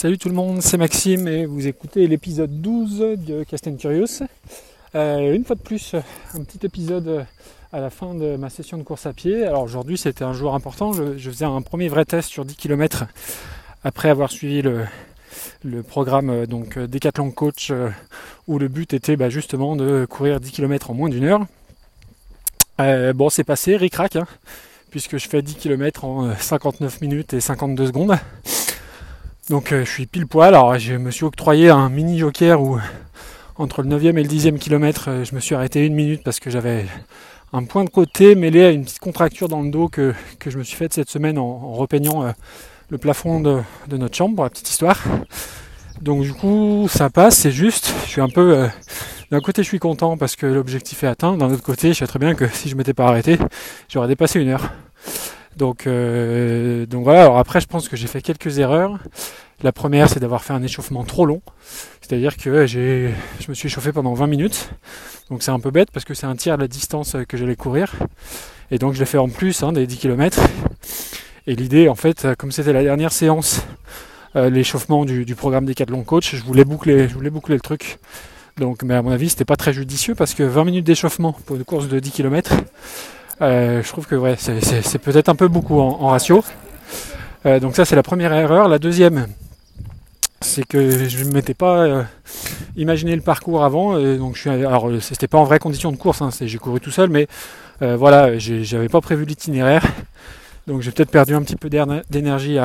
Salut tout le monde, c'est Maxime et vous écoutez l'épisode 12 de Cast & Curious. Une fois de plus, un petit épisode à la fin de ma session de course à pied. Alors aujourd'hui c'était un jour important, je faisais un premier vrai test sur 10 km après avoir suivi le programme Decathlon Coach où le but était justement de courir 10 km en moins d'une heure. Bon c'est passé, ric-rac, puisque je fais 10 km en 59 minutes et 52 secondes. Donc je suis pile poil. Alors je me suis octroyé un mini joker où entre le 9e et le 10e kilomètre je me suis arrêté 1 minute parce que j'avais un point de côté mêlé à une petite contracture dans le dos que je me suis faite cette semaine en repeignant le plafond de notre chambre, pour la petite histoire. Donc du coup ça passe, c'est juste, je suis un peu... d'un côté je suis content parce que l'objectif est atteint, d'un autre côté je sais très bien que si je m'étais pas arrêté, j'aurais dépassé 1 heure. Donc voilà, alors après je pense que j'ai fait quelques erreurs. La première c'est d'avoir fait un échauffement trop long, c'est-à-dire que je me suis échauffé pendant 20 minutes, donc c'est un peu bête parce que c'est un tiers de la distance que j'allais courir, et donc je l'ai fait en plus des 10 km. Et l'idée en fait, comme c'était la dernière séance, l'échauffement du programme Decathlon Coach, je voulais boucler le truc. Donc mais à mon avis c'était pas très judicieux parce que 20 minutes d'échauffement pour une course de 10 km, je trouve que ouais, c'est peut-être un peu beaucoup en ratio. Donc ça c'est la première erreur. La deuxième, c'est que je ne m'étais pas imaginé le parcours avant. Donc alors c'était pas en vraie condition de course, j'ai couru tout seul, mais voilà, j'avais pas prévu l'itinéraire. Donc j'ai peut-être perdu un petit peu d'énergie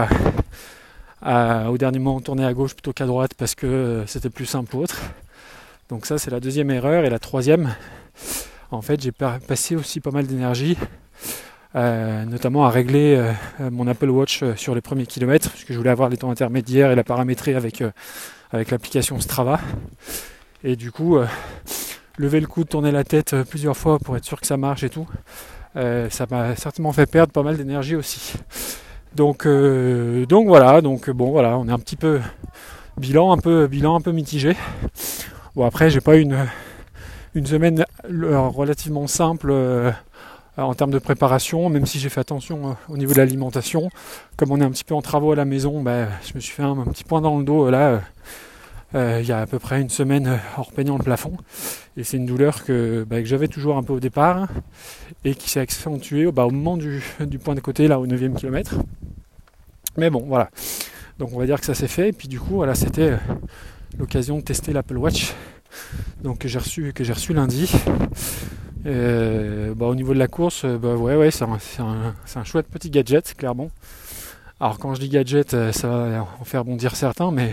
au dernier moment tourner à gauche plutôt qu'à droite parce que c'était plus simple ou autre. Donc ça c'est la deuxième erreur. Et la troisième, en fait j'ai passé aussi pas mal d'énergie, notamment à régler mon Apple Watch sur les premiers kilomètres, parce que je voulais avoir les temps intermédiaires et la paramétrer avec l'application Strava. Et du coup, lever le coude, tourner la tête plusieurs fois pour être sûr que ça marche et tout, ça m'a certainement fait perdre pas mal d'énergie aussi. Donc voilà, bon voilà, on est un petit peu bilan un peu mitigé. Bon après j'ai pas une semaine relativement simple en termes de préparation, même si j'ai fait attention au niveau de l'alimentation. Comme on est un petit peu en travaux à la maison, je me suis fait un petit point dans le dos là, il y a à peu près une semaine en repeignant le plafond. Et c'est une douleur que j'avais toujours un peu au départ et qui s'est accentuée au moment du point de côté, là au 9e kilomètre. Mais bon, voilà. Donc on va dire que ça s'est fait. Et puis du coup, voilà, c'était l'occasion de tester l'Apple Watch, donc que j'ai reçu lundi. Au niveau de la course, ouais, c'est un chouette petit gadget, clairement. Alors quand je dis gadget, ça va en faire bondir certains, mais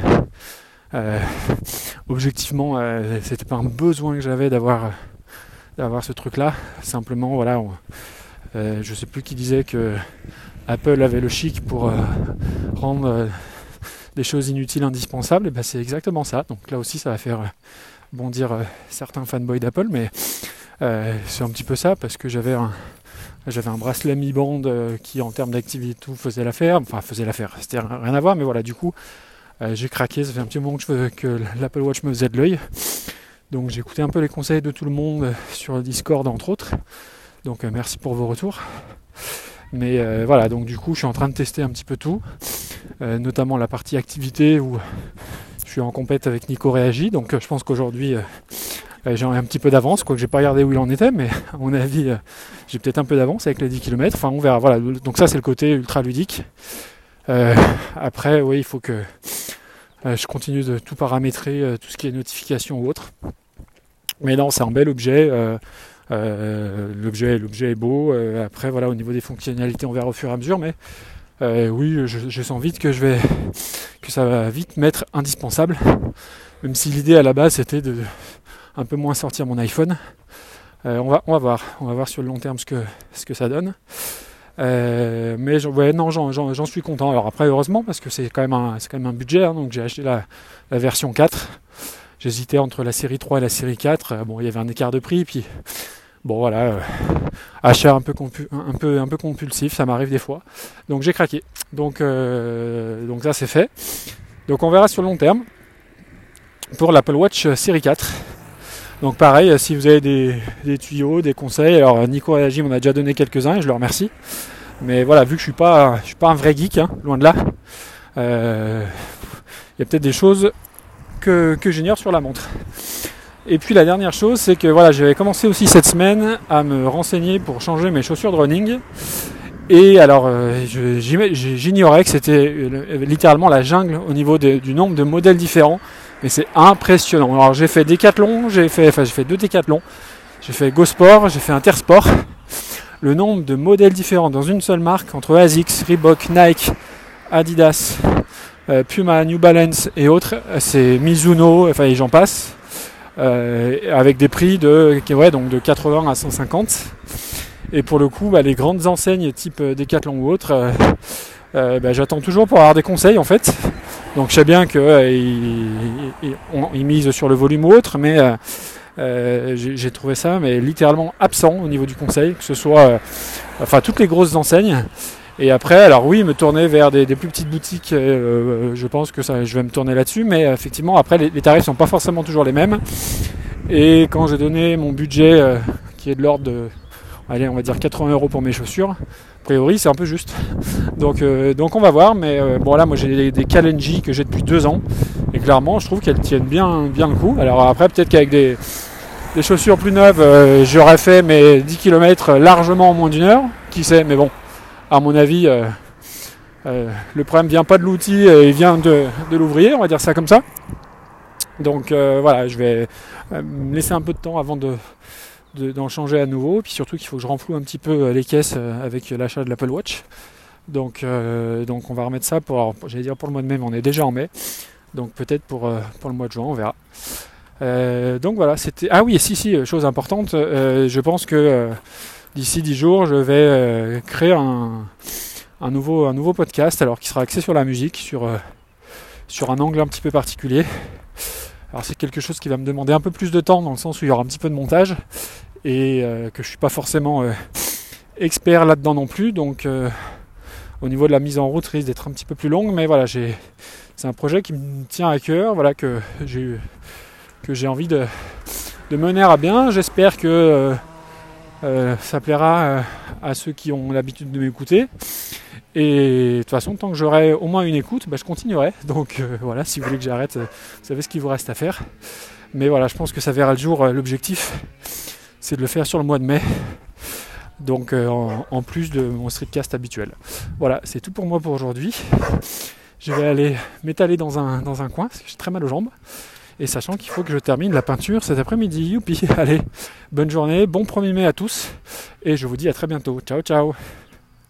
objectivement, c'était pas un besoin que j'avais d'avoir ce truc-là. Simplement, voilà, je sais plus qui disait que Apple avait le chic pour rendre des choses inutiles indispensables, et c'est exactement ça. Donc là aussi ça va faire bondir certains fanboys d'Apple, mais c'est un petit peu ça, parce que j'avais un bracelet Mi Band qui en termes d'activité tout faisait l'affaire, c'était rien à voir, mais voilà, du coup j'ai craqué. Ça fait un petit moment que l'Apple Watch me faisait de l'œil, donc j'ai écouté un peu les conseils de tout le monde sur le Discord entre autres, donc merci pour vos retours. Mais voilà, donc du coup je suis en train de tester un petit peu tout, notamment la partie activité où je suis en compète avec Nico Réagi, donc je pense qu'aujourd'hui j'ai un petit peu d'avance, quoique j'ai pas regardé où il en était, mais à mon avis j'ai peut-être un peu d'avance avec les 10 km, enfin on verra. Voilà, donc ça c'est le côté ultra ludique. Après oui, il faut que je continue de tout paramétrer, tout ce qui est notification ou autre. Mais non, c'est un bel objet. L'objet est beau. Après voilà, au niveau des fonctionnalités on verra au fur et à mesure, mais oui, je sens vite que ça va vite m'être indispensable, même si l'idée à la base c'était de un peu moins sortir mon iPhone. On va voir sur le long terme ce que ça donne. Mais j'en suis content. Alors après heureusement, parce que c'est quand même un budget, donc j'ai acheté la version 4. J'hésitais entre la série 3 et la série 4. Bon, il y avait un écart de prix, puis bon voilà, achat un peu compulsif, ça m'arrive des fois. Donc j'ai craqué. Donc ça c'est fait. Donc on verra sur le long terme pour l'Apple Watch série 4. Donc pareil, si vous avez des tuyaux, des conseils, alors Nico Réagi m'en a déjà donné quelques-uns et je le remercie. Mais voilà, vu que je suis pas un vrai geek, loin de là, il y a peut-être des choses que j'ignore sur la montre. Et puis la dernière chose, c'est que voilà, j'avais commencé aussi cette semaine à me renseigner pour changer mes chaussures de running. Et alors, j'ignorais que c'était littéralement la jungle au niveau du nombre de modèles différents. Mais c'est impressionnant. Alors j'ai fait Decathlon, j'ai fait 2 Decathlon. J'ai fait GoSport, j'ai fait Intersport. Le nombre de modèles différents dans une seule marque, entre ASICS, Reebok, Nike, Adidas, Puma, New Balance et autres, c'est Mizuno, enfin et j'en passe. Avec des prix de 80 à 150. Et pour le coup, les grandes enseignes type Decathlon ou autre, j'attends toujours pour avoir des conseils en fait. Donc je sais bien qu'ils misent sur le volume ou autre, mais j'ai trouvé ça littéralement absent au niveau du conseil, que ce soit toutes les grosses enseignes. Et après, alors oui, me tourner vers des plus petites boutiques, je pense que je vais me tourner là-dessus, mais effectivement, après, les tarifs sont pas forcément toujours les mêmes. Et quand j'ai donné mon budget, qui est de l'ordre de, on va dire 80 € pour mes chaussures, a priori, c'est un peu juste. Donc on va voir, mais là, moi, j'ai des Kalenji que j'ai depuis 2 ans, et clairement, je trouve qu'elles tiennent bien le coup. Alors après, peut-être qu'avec des chaussures plus neuves, j'aurais fait mes 10 km largement en moins d'1 heure, qui sait, mais bon. À mon avis, le problème vient pas de l'outil, il vient de l'ouvrier, on va dire ça comme ça. Donc voilà, je vais me laisser un peu de temps avant d'en changer à nouveau. Puis surtout qu'il faut que je renfloue un petit peu les caisses avec l'achat de l'Apple Watch. Donc on va remettre ça j'allais dire pour le mois de mai, mais on est déjà en mai. Donc peut-être pour le mois de juin, on verra. Donc voilà, c'était... Ah oui, si, chose importante, je pense que... d'ici 10 jours, je vais créer un nouveau podcast, alors qui sera axé sur la musique, sur un angle un petit peu particulier. Alors c'est quelque chose qui va me demander un peu plus de temps, dans le sens où il y aura un petit peu de montage, et que je suis pas forcément expert là-dedans non plus, donc au niveau de la mise en route, risque d'être un petit peu plus longue, mais voilà, c'est un projet qui me tient à cœur, voilà, que j'ai envie de mener à bien. J'espère que ça plaira à ceux qui ont l'habitude de m'écouter. Et de toute façon, tant que j'aurai au moins une écoute, je continuerai. Donc voilà, si vous voulez que j'arrête, vous savez ce qu'il vous reste à faire. Mais voilà, je pense que ça verra le jour. L'objectif, c'est de le faire sur le mois de mai. Donc en plus de mon streetcast habituel. Voilà, c'est tout pour moi pour aujourd'hui. Je vais aller m'étaler dans un coin, parce que j'ai très mal aux jambes. Et sachant qu'il faut que je termine la peinture cet après-midi. Youpi, allez, bonne journée, bon 1er mai à tous. Et je vous dis à très bientôt. Ciao, ciao.